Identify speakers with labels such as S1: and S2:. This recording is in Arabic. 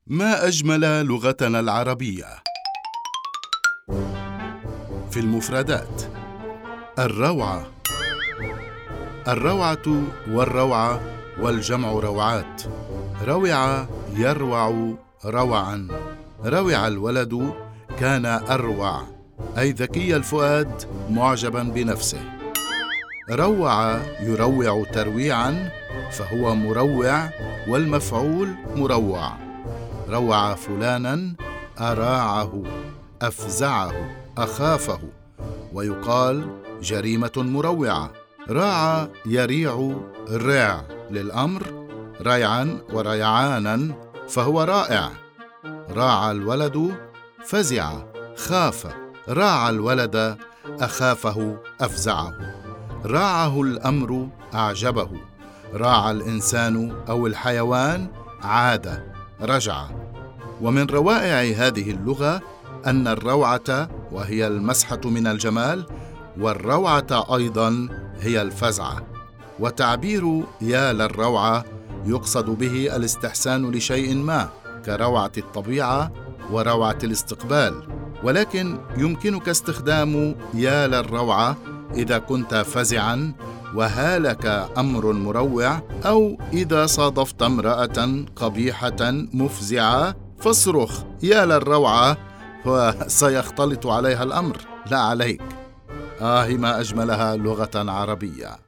S1: ما أجمل لغتنا العربية. في المفردات: الروعة، الروعة والروعة والجمع روعات. روع يروع روعا. روع الولد كان أروع، أي ذكي الفؤاد معجبا بنفسه. روع يروع ترويعا، فهو مروع والمفعول مروع. روع فلانا أراعه، أفزعه، أخافه. ويقال جريمة مروعة. راع يريع الرع للأمر، ريعا وريعانا، فهو رائع. راع الولد فزع، خاف. راع الولد أخافه، أفزعه. راعه الأمر أعجبه. راع الإنسان أو الحيوان عاد، رجع. ومن روائع هذه اللغة أن الروعة وهي المسحة من الجمال، والروعة أيضا هي الفزعة. وتعبير يا للروعة يقصد به الاستحسان لشيء ما، كروعة الطبيعة وروعة الاستقبال. ولكن يمكنك استخدام يا للروعة إذا كنت فزعا وهالك أمر مروع، أو إذا صادفت امرأة قبيحة مفزعة فاصرخ يا للروعة وسيختلط عليها الأمر، لا عليك. ما أجملها لغة عربية.